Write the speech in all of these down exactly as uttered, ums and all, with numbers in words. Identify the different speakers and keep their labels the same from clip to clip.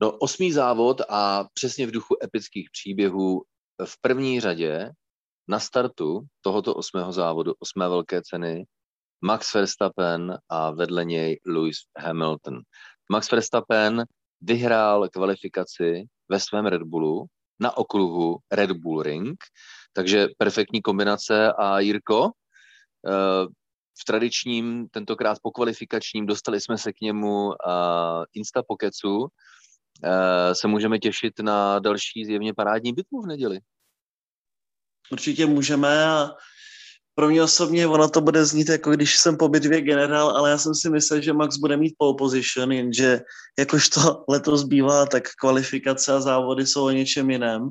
Speaker 1: No, osmý závod a přesně v duchu epických příběhů v první řadě na startu tohoto osmého závodu, osmé velké ceny, Max Verstappen a vedle něj Lewis Hamilton. Max Verstappen vyhrál kvalifikaci ve svém Red Bullu na okruhu Red Bull Ring, takže perfektní kombinace. A Jirko, v tradičním, tentokrát po kvalifikačním, dostali jsme se k němu Insta Pokecu, se můžeme těšit na další zjevně parádní bitvu v neděli.
Speaker 2: Určitě můžeme a pro mě osobně ono to bude znít, jako když jsem po bitvě generál, ale já jsem si myslel, že Max bude mít pole position, jenže jakož to letos bývá, tak kvalifikace a závody jsou o něčem jiném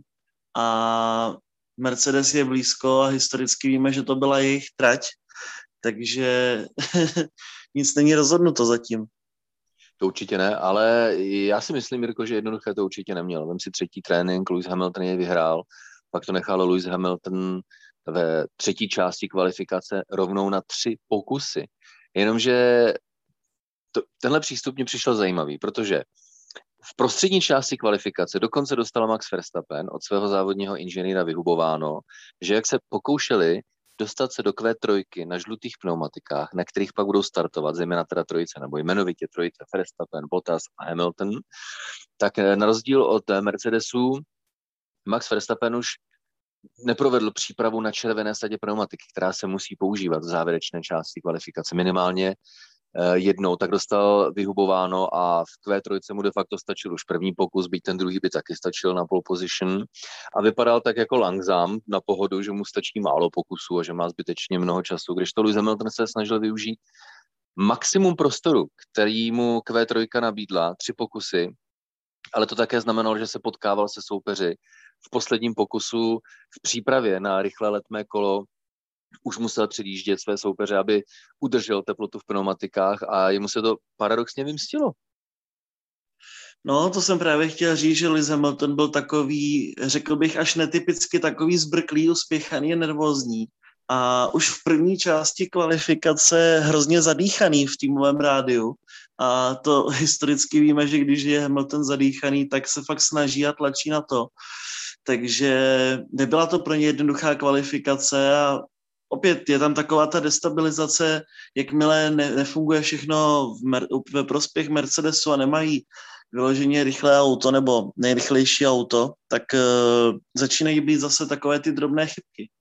Speaker 2: a Mercedes je blízko a historicky víme, že to byla jejich trať, takže nic není rozhodnuto zatím.
Speaker 1: To určitě ne, ale já si myslím, Jirko, že jednoduché to určitě neměl. Vem si třetí trénink, Lewis Hamilton je vyhrál, pak to nechalo Lewis Hamilton ve třetí části kvalifikace rovnou na tři pokusy. Jenomže to, tenhle přístup mě přišel zajímavý, protože v prostřední části kvalifikace dokonce dostala Max Verstappen od svého závodního inženýra vyhubováno, že jak se pokoušeli dostat se do Q tři na žlutých pneumatikách, na kterých pak budou startovat, zejména teda trojice, nebo jmenovitě trojice Verstappen, Bottas a Hamilton, tak na rozdíl od Mercedesu Max Verstappen už neprovedl přípravu na červené sadě pneumatiky, která se musí používat v závěrečné části kvalifikace. Minimálně jednou tak dostal vyhubováno a v Q tři mu de facto stačil už první pokus, byť ten druhý by taky stačil na pole position a vypadal tak jako Langsam na pohodu, že mu stačí málo pokusů a že má zbytečně mnoho času, když to Lewis Hamilton se snažil využít maximum prostoru, který mu Q tři nabídla, tři pokusy, ale to také znamenalo, že se potkával se soupeři v posledním pokusu v přípravě na rychlé letmé kolo. Už musel předjíždět své soupeře, aby udržel teplotu v pneumatikách a jemu se to paradoxně vymstilo.
Speaker 2: No, to jsem právě chtěl říct, že Lewis Hamilton byl takový, řekl bych, až netypicky takový zbrklý, uspěchaný a nervózní. A už v první části kvalifikace hrozně zadýchaný v týmovém rádiu. A to historicky víme, že když je Hamilton zadýchaný, tak se fakt snaží a tlačí na to. Takže nebyla to pro ně jednoduchá kvalifikace a opět je tam taková ta destabilizace, jakmile ne, nefunguje všechno v mer, ve prospěch Mercedesu a nemají vyloženě rychlé auto nebo nejrychlejší auto, tak uh, začínají být zase takové ty drobné chybky.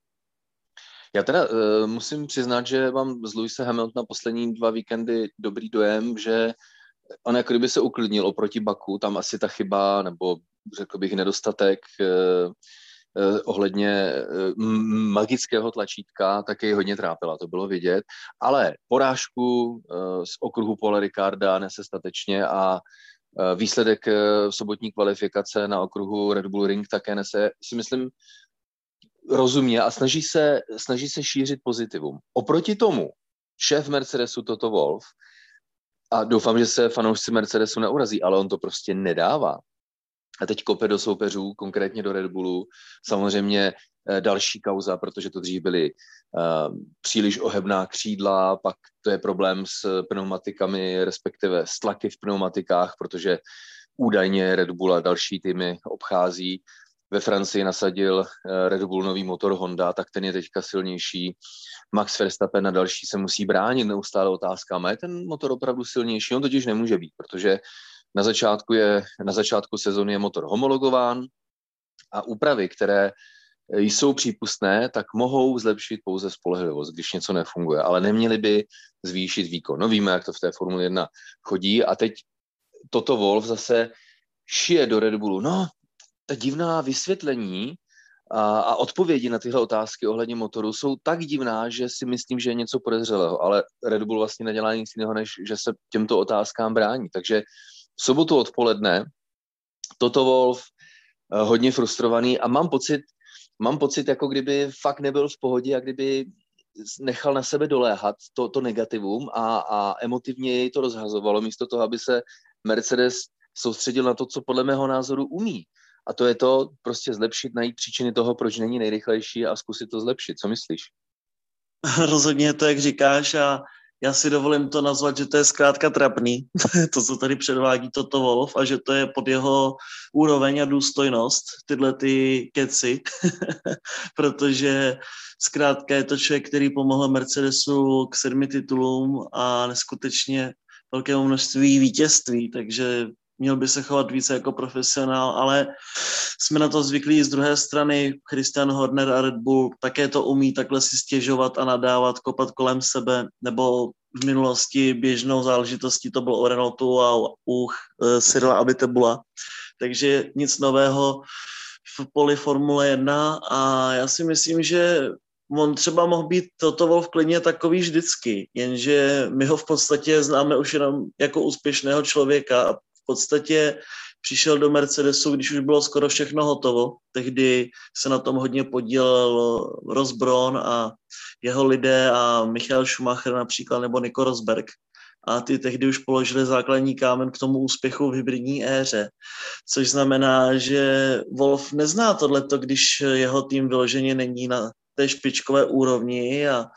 Speaker 1: Já teda uh, musím přiznat, že mám z Lewise Hamiltona poslední dva víkendy dobrý dojem, že on jako kdyby se uklidnil oproti Baku, tam asi ta chyba, nebo řekl bych nedostatek uh, uh, ohledně uh, magického tlačítka, tak jej hodně trápila, to bylo vidět, ale porážku uh, z okruhu Paula Ricarda nese statečně a uh, výsledek uh, sobotní kvalifikace na okruhu Red Bull Ring také nese, si myslím, rozumně a snaží se, snaží se šířit pozitivum. Oproti tomu šéf Mercedesu Toto Wolff, a doufám, že se fanoušci Mercedesu neurazí, ale on to prostě nedává. A teď kope do soupeřů, konkrétně do Red Bullu, samozřejmě další kauza, protože to dřív byly uh, příliš ohebná křídla, pak to je problém s pneumatikami, respektive s tlaky v pneumatikách, protože údajně Red Bull a další týmy obchází. Ve Francii nasadil Red Bull nový motor Honda, tak ten je teďka silnější. Max Verstappen a další se musí bránit neustále otázkama. Je ten motor opravdu silnější? On totiž nemůže být, protože na začátku, je, na začátku sezóny je motor homologován a úpravy, které jsou přípustné, tak mohou zlepšit pouze spolehlivost, když něco nefunguje, ale neměly by zvýšit výkon. No víme, jak to v té Formule jedna chodí a teď Toto Wolff zase šije do Red Bullu. No, ta divná vysvětlení a, a odpovědi na tyhle otázky ohledně motoru jsou tak divná, že si myslím, že je něco podezřelého, ale Red Bull vlastně nedělá nic jiného, než že se těmto otázkám brání. Takže v sobotu odpoledne Toto Wolff hodně frustrovaný a mám pocit, mám pocit, jako kdyby fakt nebyl v pohodě a kdyby nechal na sebe doléhat to, to negativum a, a emotivně jej to rozhazovalo, místo toho, aby se Mercedes soustředil na to, co podle mého názoru umí. A to je to prostě zlepšit, najít příčiny toho, proč není nejrychlejší a zkusit to zlepšit. Co myslíš?
Speaker 2: Rozhodně to, jak říkáš, a Já si dovolím to nazvat, že to je zkrátka trapný, to, co tady předvádí Toto Wolff, a že to je pod jeho úroveň a důstojnost, tyhle ty keci, protože zkrátka je to člověk, který pomohl Mercedesu k sedmi titulům a neskutečně velkému množství vítězství, takže měl by se chovat více jako profesionál, ale jsme na to zvyklí z druhé strany. Christian Horner a Red Bull také to umí takhle si stěžovat a nadávat, kopat kolem sebe, nebo v minulosti běžnou záležitostí to bylo o Renaultu a u Cyrila Abiteboula. Takže nic nového v poli Formule jedna a já si myslím, že on třeba mohl být Toto Wolff klidně takový vždycky, jenže my ho v podstatě známe už jenom jako úspěšného člověka a v podstatě přišel do Mercedesu, když už bylo skoro všechno hotovo. Tehdy se na tom hodně podílel Ross Brawn a jeho lidé a Michael Schumacher například nebo Nico Rosberg. A ty tehdy už položili základní kámen k tomu úspěchu v hybridní éře. Což znamená, že Wolff nezná tohleto, když jeho tým vyloženě není na té špičkové úrovni a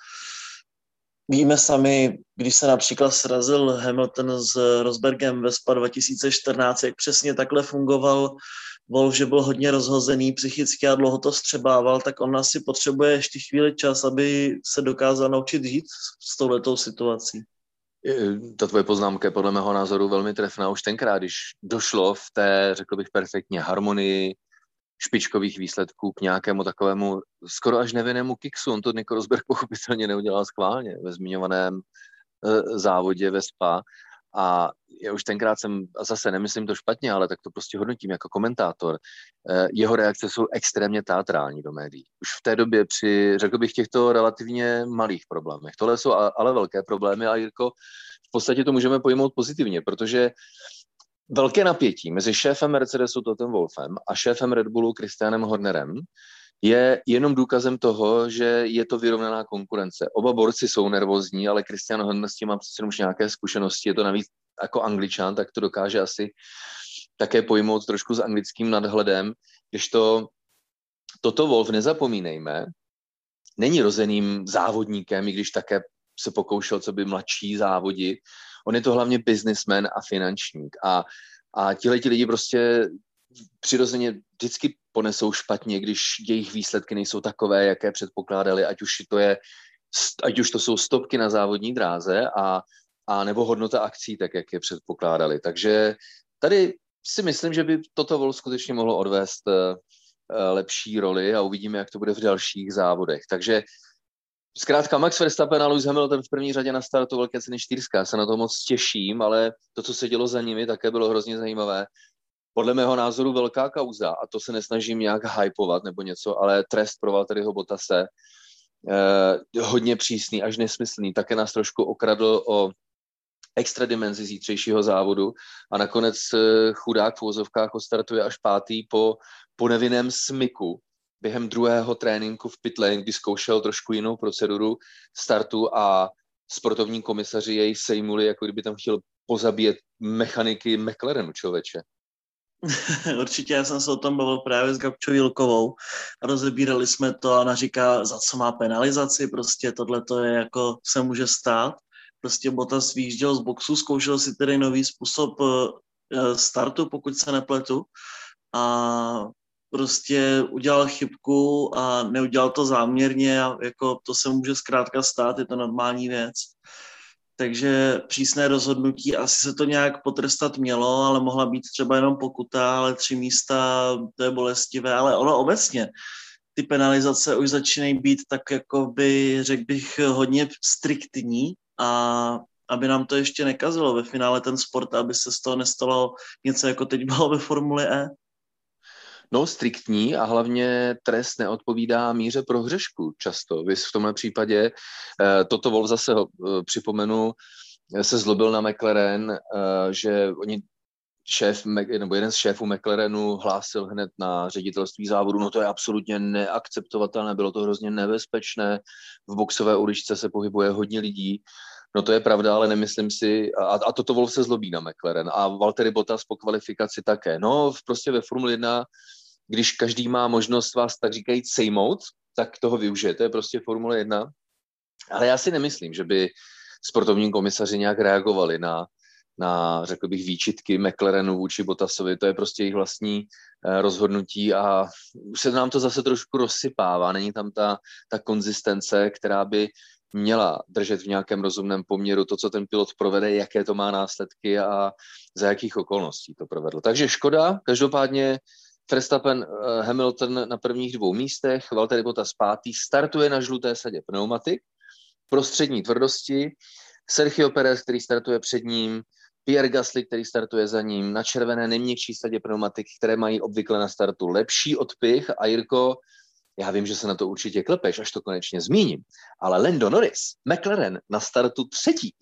Speaker 2: víme sami, když se například srazil Hamilton s Rosbergem ve Spa dva tisíce čtrnáct, jak přesně takhle fungoval Wolff, že byl hodně rozhozený psychicky a dlouho to střebával, tak on asi potřebuje ještě chvíli čas, aby se dokázal naučit žít s touhletou situací.
Speaker 1: Ta tvoje poznámka je podle mého názoru velmi trefná už tenkrát, když došlo v té, řekl bych, perfektně harmonii špičkových výsledků k nějakému takovému skoro až nevinnému kiksu. On to Nico Rosberg pochopitelně neudělal schválně ve zmiňovaném e, závodě ve Spa. A já už tenkrát jsem, a zase nemyslím to špatně, ale tak to prostě hodnotím jako komentátor, e, jeho reakce jsou extrémně teatrální do médií. Už v té době při, řekl bych, těchto relativně malých problémech. Tohle jsou ale velké problémy a Jirko, v podstatě to můžeme pojmout pozitivně, protože velké napětí mezi šéfem Mercedesu Totem Wolffem a šéfem Red Bullu Christianem Hornerem je jenom důkazem toho, že je to vyrovnaná konkurence. Oba borci jsou nervózní, ale Christian Horner s tím má přece už nějaké zkušenosti, je to navíc jako Angličan, tak to dokáže asi také pojmout trošku s anglickým nadhledem, když to Toto Wolff, nezapomínejme, není rozeným závodníkem, i když také se pokoušel, co by mladší závodit. On je to hlavně businessman a finančník. A, a tihleti lidi prostě přirozeně vždycky ponesou špatně, když jejich výsledky nejsou takové, jaké předpokládali, ať už to je, ať už to jsou stopky na závodní dráze a, a nebo hodnota akcí, tak jak je předpokládali. Takže tady si myslím, že by Toto Wolff skutečně mohlo odvést uh, lepší roli a uvidíme, jak to bude v dalších závodech. Takže zkrátka Max Verstappen a Lewis Hamilton v první řadě na startu velké ceny Štýrska. Já se na to moc těším, ale to, co se dělo za nimi, také bylo hrozně zajímavé. Podle mého názoru velká kauza, a to se nesnažím nějak hypovat nebo něco, ale trest pro Valtteriho Bottase, eh, hodně přísný, až nesmyslný, také nás trošku okradl o extra dimenzi zítřejšího závodu a nakonec eh, chudák v uvozovkách odstartuje až pátý po, po nevinném smyku během druhého tréninku v pit lane, kdy zkoušel trošku jinou proceduru startu a sportovní komisaři jej sejmuli, jako kdyby tam chtěl pozabíjet mechaniky McLarenu, člověče.
Speaker 2: Určitě, já jsem se o tom bavil právě s Gabčou Jilkovou a rozebírali jsme to a ona říká, za co má penalizaci, prostě tohle to je jako se může stát. Prostě Bottas výjížděl z boxu, zkoušel si tedy nový způsob startu, pokud se nepletu, a prostě udělal chybku a neudělal to záměrně a jako to se může zkrátka stát, je to normální věc. Takže přísné rozhodnutí, asi se to nějak potrestat mělo, ale mohla být třeba jenom pokuta, ale tři místa, to je bolestivé, ale ono obecně, ty penalizace už začínají být tak jako by, řekl bych, hodně striktní a aby nám to ještě nekazilo ve finále ten sport, aby se z toho nestalo něco, jako teď bylo ve Formuli E.
Speaker 1: No, striktní a hlavně trest neodpovídá míře prohřešku často. Vys v tomhle případě, Toto Wolff zase ho, připomenu, se zlobil na McLaren, že oni šéf, nebo jeden z šéfů McLarenu hlásil hned na ředitelství závodu, no to je absolutně neakceptovatelné, bylo to hrozně nebezpečné, v boxové uličce se pohybuje hodně lidí. No to je pravda, ale nemyslím si, a, a Toto Wolff se zlobí na McLaren a Valtteri Bottas po kvalifikaci také. No prostě ve Formule jedna, když každý má možnost vás tak říkajíc sejmout, tak toho využije, to je prostě Formule jedna. Ale já si nemyslím, že by sportovní komisaři nějak reagovali na, na, řekl bych, výčitky McLarenu vůči Bottasovi. To je prostě jejich vlastní rozhodnutí a už se nám to zase trošku rozsypává. Není tam ta, ta konzistence, která by měla držet v nějakém rozumném poměru to, co ten pilot provede, jaké to má následky a za jakých okolností to provedl. Takže škoda, každopádně Verstappen, Hamilton na prvních dvou místech, Valtteri Bottas pátý, startuje na žluté sadě pneumatik, prostřední tvrdosti, Sergio Perez, který startuje před ním, Pierre Gasly, který startuje za ním, na červené nejměkčí sadě pneumatik, které mají obvykle na startu lepší odpych. A Jirko, já vím, že se na to určitě klepeš, až to konečně zmíním, ale Lando Norris, McLaren na startu třetí.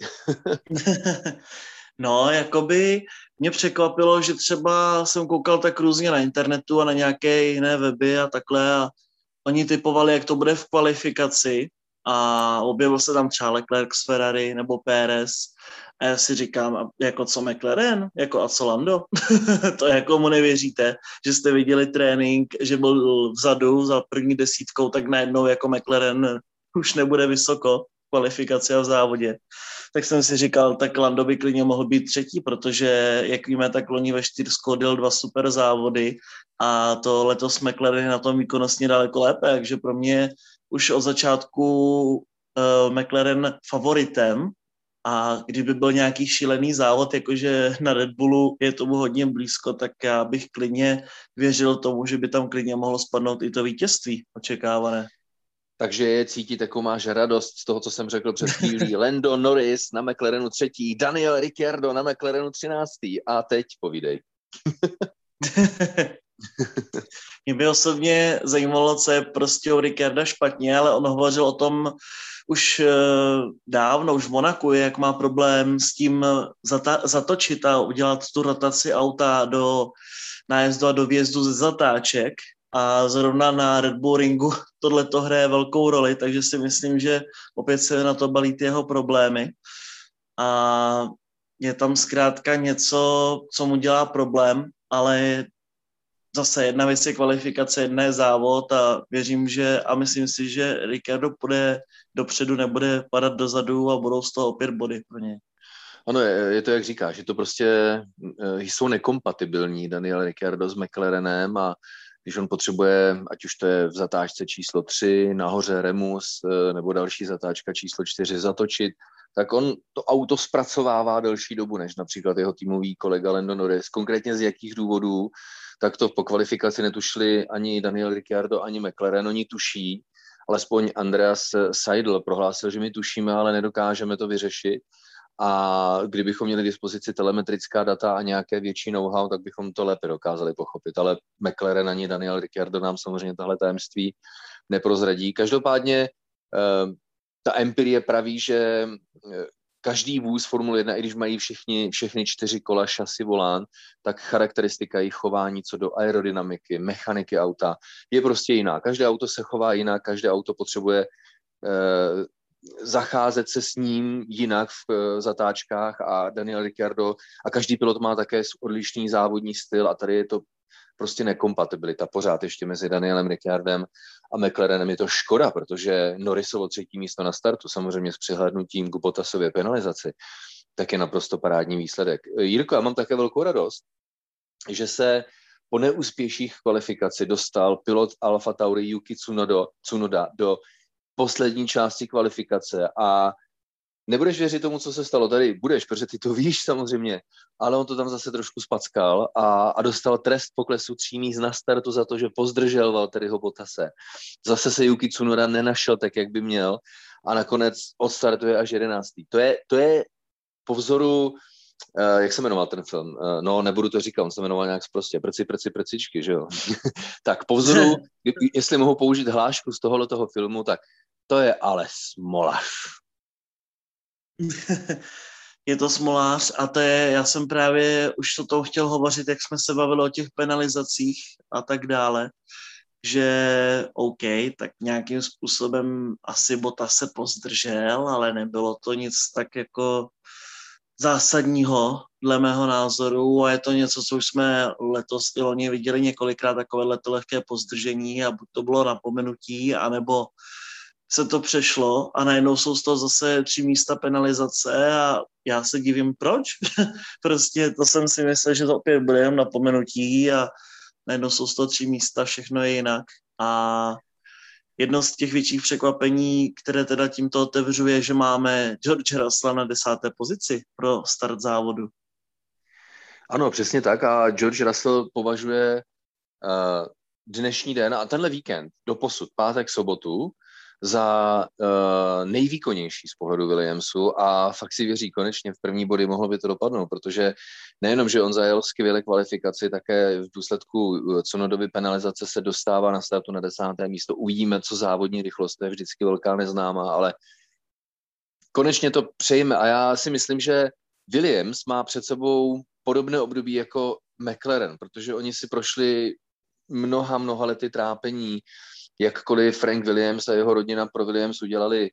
Speaker 2: No, jakoby mě překvapilo, že třeba jsem koukal tak různě na internetu a na nějaké jiné weby a takhle a oni typovali, jak to bude v kvalifikaci a objevil se tam třeba Leclerc z Ferrari nebo Pérez a já si říkám, jako co McLaren, jako a co Lando? To jako mu nevěříte, že jste viděli trénink, že byl vzadu za první desítkou, tak najednou jako McLaren už nebude vysoko v kvalifikaci a v závodě. Tak jsem si říkal, tak Lando by klidně mohl být třetí, protože, jak víme, tak loni ve Štýrsku odjel dva super závody a to letos McLaren je na tom výkonnostně daleko lépe, takže pro mě už od začátku uh, McLaren favoritem a kdyby byl nějaký šílený závod, jakože na Red Bullu je tomu hodně blízko, tak já bych klidně věřil tomu, že by tam klidně mohlo spadnout i to vítězství očekávané.
Speaker 1: Takže je cítit, jakou máš radost z toho, co jsem řekl před chvílí. Lando Norris na McLarenu třetí, Daniel Ricciardo na McLarenu třináctý. A teď povídej.
Speaker 2: Mě by osobně zajímalo, co je prostě u Ricciarda špatně, ale on hovořil o tom už dávno, už v Monaku, jak má problém s tím zata- zatočit a udělat tu rotaci auta do nájezdu a do výjezdu ze zatáček. A zrovna na Red Bull ringu tohleto hraje velkou roli, takže si myslím, že opět se na to balí ty jeho problémy. A je tam zkrátka něco, co mu dělá problém, ale zase jedna věc je kvalifikace, jedna je závod a věřím, že a myslím si, že Ricciardo půjde dopředu, nebude padat dozadu a budou z toho opět body pro něj.
Speaker 1: Ano, je, je to, jak říkáš, že to prostě jsou nekompatibilní Daniel Ricciardo s McLarenem a když on potřebuje, ať už to je v zatáčce číslo tři, nahoře Remus nebo další zatáčka číslo čtyři zatočit, tak on to auto zpracovává delší dobu, než například jeho týmový kolega Lando Norris. Konkrétně z jakých důvodů, tak to po kvalifikaci netušili ani Daniel Ricciardo, ani McLaren, oni tuší, alespoň Andreas Seidl prohlásil, že my tušíme, ale nedokážeme to vyřešit. A kdybychom měli k dispozici telemetrická data a nějaké větší know-how, tak bychom to lépe dokázali pochopit. Ale McLaren ani Daniel Ricciardo nám samozřejmě tahle tajemství neprozradí. Každopádně ta empirie praví, že každý vůz Formule jedna, i když mají všichni, všechny čtyři kola, šasy, volán, tak charakteristika jejich chování co do aerodynamiky, mechaniky auta je prostě jiná. Každé auto se chová jinak, každé auto potřebuje eh, zacházet se s ním jinak v uh, zatáčkách a Daniel Ricciardo a každý pilot má také odlišný závodní styl a tady je to prostě nekompatibilita pořád ještě mezi Danielem Ricciardem a McLarenem. Je to škoda, protože Norrisovo třetí místo na startu, samozřejmě s přihlédnutím k Bottasově penalizaci, tak je naprosto parádní výsledek. Jirko, já mám také velkou radost, že se po neúspěších kvalifikaci dostal pilot Alfa Tauri Yuki Tsunoda, Tsunoda do poslední části kvalifikace a nebudeš věřit tomu, co se stalo. Tady budeš, protože ty to víš samozřejmě, ale on to tam zase trošku spackal a, a dostal trest poklesu tří míst na startu za to, že pozdržel Valtteriho Bottase. Zase se Yuki Tsunoda nenašel tak, jak by měl a nakonec odstartuje až jedenáctý. To je, to je po vzoru, uh, jak se jmenoval ten film? Uh, no, nebudu to říkat, on se jmenoval nějak prostě prci, prci, prcičky, že jo? Tak po vzoru, jestli mohu použít hlášku z tohoto filmu, tak to je ale smolař.
Speaker 2: Je to smolář a to je, já jsem právě už o tom chtěl hovořit, jak jsme se bavili o těch penalizacích a tak dále, že OK, tak nějakým způsobem asi Bottas se pozdržel, ale nebylo to nic tak jako zásadního dle mého názoru a je to něco, co už jsme letos i loni viděli několikrát, takovéhle lehké pozdržení a buď to bylo napomenutí, anebo se to přešlo a najednou jsou z toho zase tři místa penalizace a já se divím, proč. Prostě to jsem si myslel, že to opět bude jen napomenutí a najednou jsou z toho tři místa, všechno je jinak. A jedno z těch větších překvapení, které teda tímto otevřu, je, že máme George Russella na desáté pozici pro start závodu.
Speaker 1: Ano, přesně tak a George Russell považuje uh, dnešní den a tenhle víkend doposud, pátek, sobotu, za uh, nejvýkonnější z pohledu Williamsu a fakt si věří konečně v první body mohlo by to dopadnout, protože nejenom, že on zajel skvěle kvalifikaci, také v důsledku Tsunodovy penalizace se dostává na startu na desáté místo. Uvidíme, co závodní rychlost, to je vždycky velká neznámá, ale konečně to přejme a já si myslím, že Williams má před sebou podobné období jako McLaren, protože oni si prošli mnoha, mnoha lety trápení, jakkoliv Frank Williams a jeho rodina pro Williams udělali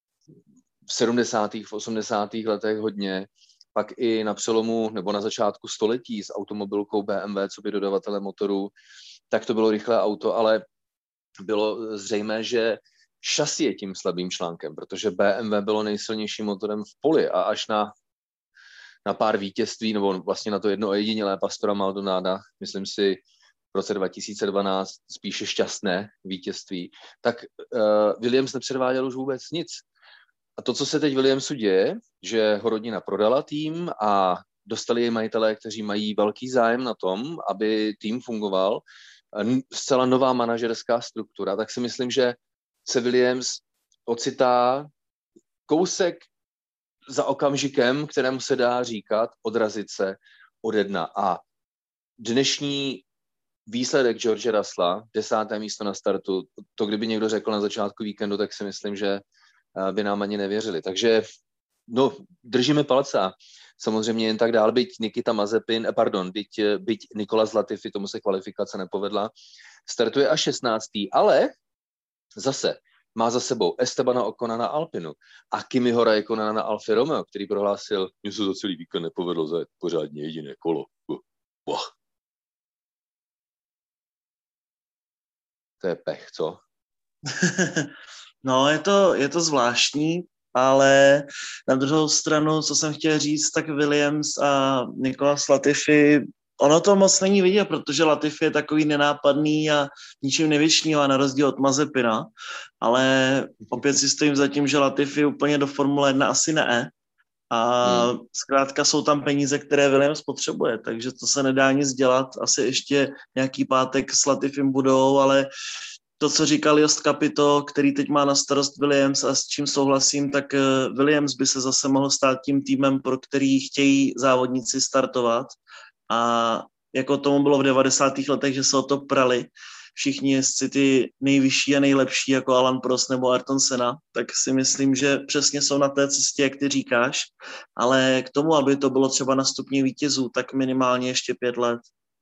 Speaker 1: v sedmdesátých, v osmdesátých letech hodně, pak i na přelomu nebo na začátku století s automobilkou B M W, co by dodavatele motorů, tak to bylo rychlé auto, ale bylo zřejmé, že šasy je tím slabým článkem, protože B M W bylo nejsilnějším motorem v poli a až na, na pár vítězství, nebo vlastně na to jedno ojedinělé Pastora Maldonáda, myslím si, v roce dva tisíce dvanáct spíše šťastné vítězství, tak uh, Williams nepředváděl už vůbec nic. A to, co se teď Williamsu děje, že ho rodina prodala tým a dostali jej majitelé, kteří mají velký zájem na tom, aby tým fungoval, zcela nová manažerská struktura, tak si myslím, že se Williams ocitá kousek za okamžikem, kterému se dá říkat odrazit se ode dna. A dnešní výsledek George Russella, desáté místo na startu, to kdyby někdo řekl na začátku víkendu, tak si myslím, že by nám ani nevěřili. Takže no, držíme palce. Samozřejmě jen tak dál, byť Nikita Mazepin, pardon, byť, byť Nicolas Latifi, tomu se kvalifikace nepovedla, startuje až šestnáctý, ale zase má za sebou Estebana Ocona na Alpinu a Kimiho Räikkönena na Alfa Romeo, který prohlásil, mně se za celý víkend nepovedlo zajet pořádně jediné kolo. Boh. To je pech, co?
Speaker 2: No, je to, je to zvláštní, ale na druhou stranu, co jsem chtěl říct, tak Williams a Nicolas Latifi, ono to moc není vidět, protože Latifi je takový nenápadný a ničím nevěčný, a na rozdíl od Mazepina, ale opět si stojím za tím, že Latifi úplně do Formule jedna asi ne. A hmm. zkrátka jsou tam peníze, které Williams potřebuje, takže to se nedá nic dělat. Asi ještě nějaký pátek s Latifim budou, ale to, co říkal Jost Capito, který teď má na starost Williams a s čím souhlasím, tak Williams by se zase mohl stát tím týmem, pro který chtějí závodníci startovat. A jako tomu bylo v devadesátých letech, že se o to prali všichni jezdci ty nejvyšší a nejlepší, jako Alan Prost nebo Ayrton Senna, tak si myslím, že přesně jsou na té cestě, jak ty říkáš, ale k tomu, aby to bylo třeba na stupni vítězů, tak minimálně ještě pět let.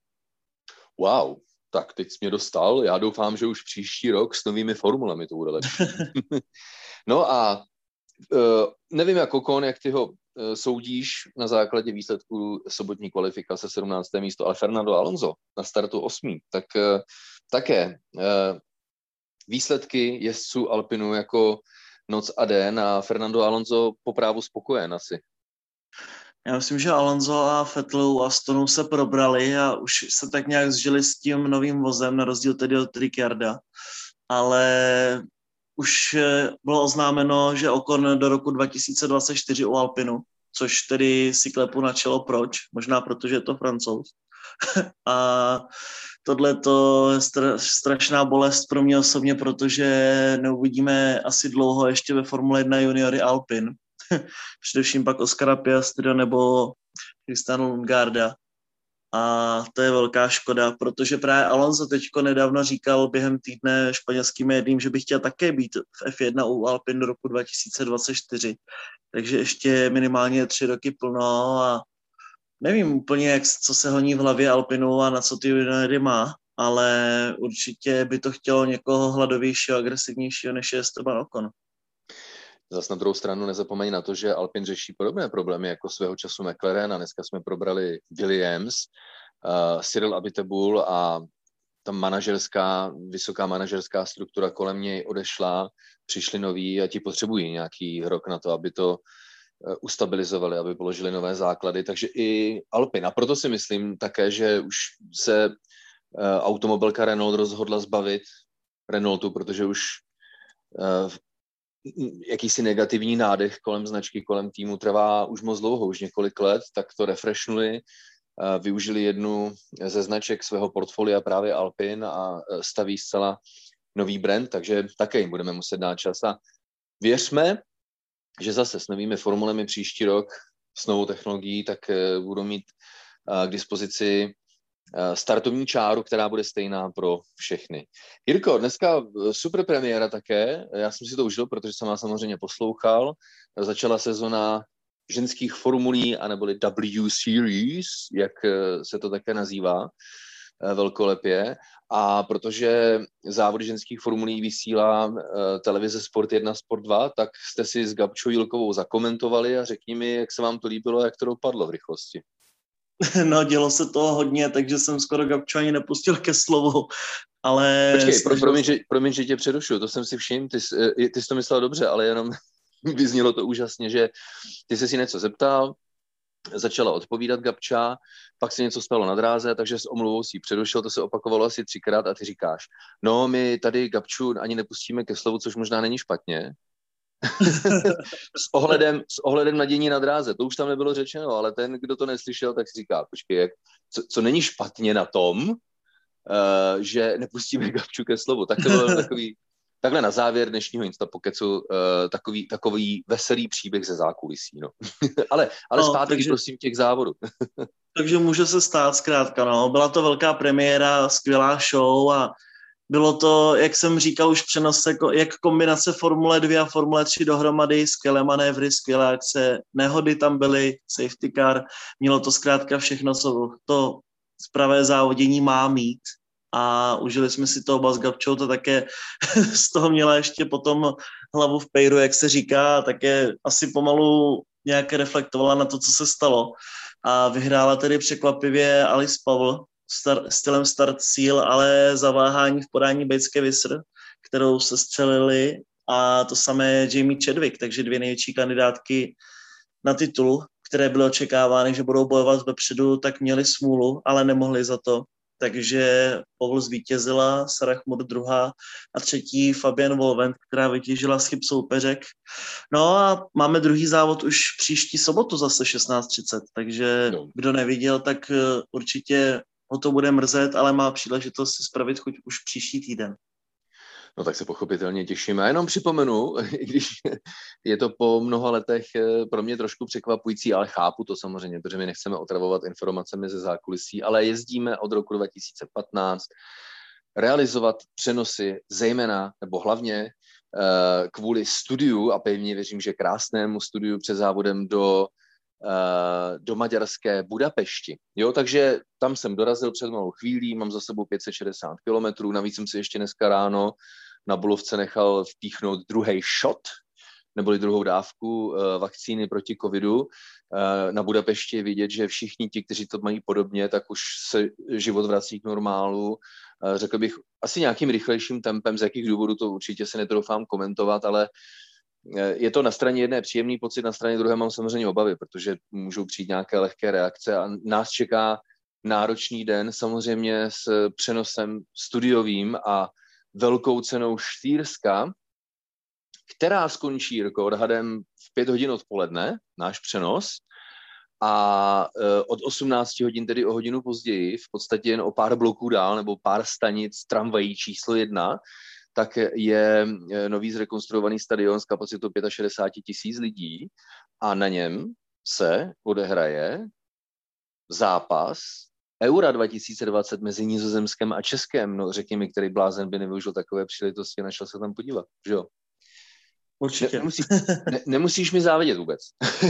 Speaker 1: Wow, tak teď jsi mě dostal. Já doufám, že už příští rok s novými formulemi to bude lepší. No a uh, nevím jak Ocon, jak ty ho uh, soudíš na základě výsledku sobotní kvalifikace sedmnácté místo, ale Fernando Alonso na startu osmý, tak uh, také uh, výsledky jezdců Alpinu jako noc a den a Fernando Alonso po právu spokojen asi.
Speaker 2: Já myslím, že Alonso a Vettel a Astonu se probrali a už se tak nějak zžili s tím novým vozem, na rozdíl tedy od Ricciarda. Ale už bylo oznámeno, že Ocon do roku dva tisíce dvacet čtyři u Alpinu, což tedy si klepu na čelo proč, možná protože je to Francouz. A tohle to je strašná bolest pro mě osobně, protože neuvidíme asi dlouho ještě ve Formule jedna juniory Alpin. Především pak Oscara Piastra nebo Christiana Lundgaarda. A to je velká škoda, protože právě Alonso teďko nedávno říkal během týdne španělským médiím, že by chtěl také být v F jedna u Alpin do roku dva tisíce dvacet čtyři. Takže ještě minimálně tři roky plno a nevím úplně, jak, co se honí v hlavě Alpinu a na co ty juniory má, ale určitě by to chtělo někoho hladovějšího, agresivnějšího, než je Esteban Ocon.
Speaker 1: Zas na druhou stranu nezapomeň na to, že Alpin řeší podobné problémy jako svého času McLaren a dneska jsme probrali Williams, uh, Cyril Abiteboul a ta manažerská, vysoká manažerská struktura kolem něj odešla, přišli noví a ti potřebují nějaký rok na to, aby to ustabilizovali, aby položili nové základy, takže i Alpine. A proto si myslím také, že už se automobilka Renault rozhodla zbavit Renaultu, protože už jakýsi negativní nádech kolem značky, kolem týmu trvá už moc dlouho, už několik let, tak to refreshnuli, využili jednu ze značek svého portfolia právě Alpine a staví zcela nový brand, takže také jim budeme muset dát čas a věřme, že zase s novými formulemi příští rok, s novou technologií, tak budou mít k dispozici startovní čáru, která bude stejná pro všechny. Jirko, dneska super premiéra také, já jsem si to užil, protože jsem vás samozřejmě poslouchal. Začala sezona ženských formulí, aneboli W Series, jak se to také nazývá velkolepě. A protože závody ženských formulí vysílá televize Sport jedna, Sport dva, tak jste si s Gabčou Jílkovou zakomentovali a řekni mi, jak se vám to líbilo a jak to dopadlo v rychlosti.
Speaker 2: No, dělo se toho hodně, takže jsem skoro Gabču ani nepustil ke slovu, ale...
Speaker 1: Počkej, pro, promiň, že, promiň, že tě přerušuju, to jsem si všiml, ty, ty jsi to myslel dobře, ale jenom vyznělo to úžasně, že ty jsi si něco zeptal, začala odpovídat Gabča, pak se něco stalo na dráze, takže s omluvou si ji přerušil, to se opakovalo asi třikrát a ty říkáš, no my tady Gabču ani nepustíme ke slovu, což možná není špatně, s, ohledem, s ohledem na dění na dráze, to už tam nebylo řečeno, ale ten, kdo to neslyšel, tak si říká, počkej, jak, co, co není špatně na tom, uh, že nepustíme Gabču ke slovu, tak to byl takový, takhle na závěr dnešního Instapokecu uh, takový, takový veselý příběh ze zákulisí, no. ale, ale
Speaker 2: no,
Speaker 1: zpátky,
Speaker 2: takže,
Speaker 1: prosím, těch závodů.
Speaker 2: takže může se stát zkrátka, no. Byla to velká premiéra, skvělá show a bylo to, jak jsem říkal už přenose, jak kombinace Formule dva a Formule tři dohromady, skvělé manévry, skvělé akce, nehody tam byly, safety car, mělo to zkrátka všechno, co to spravé závodění má mít a užili jsme si to oba s Gabčou, to také z toho měla ještě potom hlavu v pejru, jak se říká, také asi pomalu nějak reflektovala na to, co se stalo a vyhrála tedy překvapivě Alice Paul, Star, stylem start seal, ale zaváhání v podání Bejtské Visr, kterou se střelili a to samé Jamie Chadwick, takže dvě největší kandidátky na titul, které byly očekávány, že budou bojovat vepředu, tak měli smůlu, ale nemohli za to. Takže Paul zvítězila, Sarah Moore druhá a třetí Fabienne Volvent, která vytěžila z chyb soupeřek. No a máme druhý závod už příští sobotu zase šestnáct třicet, takže no. Kdo neviděl, tak určitě ho to bude mrzet, ale má příležitost si spravit chuť už příští týden.
Speaker 1: No tak se pochopitelně těším. A jenom připomenu, i když je to po mnoha letech pro mě trošku překvapující, ale chápu to samozřejmě, protože my nechceme otravovat informacemi ze zákulisí, ale jezdíme od roku dva tisíce patnáct realizovat přenosy zejména, nebo hlavně kvůli studiu, a pevně věřím, že krásnému studiu před závodem do do maďarské Budapešti. Jo, takže tam jsem dorazil před malou chvílí, mám za sebou pět set šedesát kilometrů, navíc jsem si ještě dneska ráno na Bulovce nechal vpíchnout druhý shot, neboli druhou dávku vakcíny proti covidu. Na Budapešti je vidět, že všichni ti, kteří to mají podobně, tak už se život vrací k normálu. Řekl bych asi nějakým rychlejším tempem, z jakých důvodů to určitě se netroufám komentovat, ale je to na straně jedné příjemný pocit, na straně druhé mám samozřejmě obavy, protože můžou přijít nějaké lehké reakce a nás čeká náročný den, samozřejmě s přenosem studiovým a velkou cenou Štýrska, která skončí, Jirko, odhadem v pět hodin odpoledne, náš přenos, a od osmnácti hodin, tedy o hodinu později, v podstatě jen o pár bloků dál, nebo pár stanic tramvají číslo jedna, tak je nový zrekonstruovaný stadion s kapacitou šedesát pět tisíc lidí a na něm se odehraje zápas Eura dva tisíce dvacet mezi Nizozemskem a Českem. No řekni mi, který blázen by nevyužil takové příležitosti a našel se tam podívat, že jo?
Speaker 2: Určitě.
Speaker 1: Ne, nemusí, ne, nemusíš mi závidět vůbec.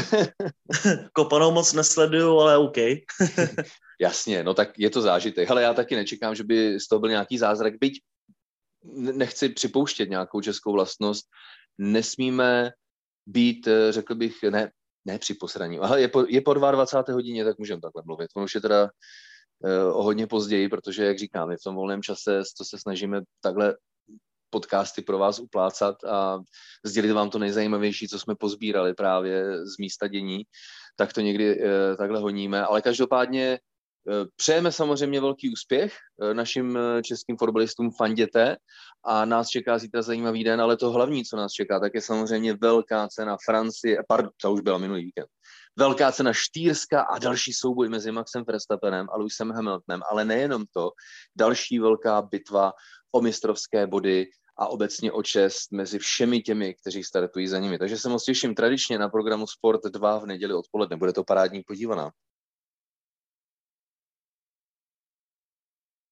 Speaker 2: Kopanou moc nesleduju, ale OK.
Speaker 1: Jasně, no tak je to zážitek. Ale já taky nečekám, že by z toho byl nějaký zázrak. Byť nechci připouštět nějakou českou vlastnost, nesmíme být, řekl bych, ne, ne při posraní, ale je po, je po dvacáté hodině, tak můžeme takhle mluvit. On už je teda o hodně později, protože, jak říkám, my v tom volném čase to se snažíme takhle podcasty pro vás uplácat a sdělit vám to nejzajímavější, co jsme pozbírali právě z místa dění, tak to někdy e, takhle honíme. Ale každopádně e, přejeme samozřejmě velký úspěch e, našim českým fotbalistům, fanděte, a nás čeká zítra zajímavý den, ale to hlavní, co nás čeká, tak je samozřejmě velká cena Francie, pardon, to už byla minulý víkend, velká cena Štýrska a další souboj mezi Maxem Verstappenem a Lewisem Hamiltonem, ale nejenom to, další velká bitva o mistrovské body a obecně o čest mezi všemi těmi, kteří startují za nimi. Takže se moc těším tradičně na programu Sport dva v neděli odpoledne. Bude to parádní podívaná.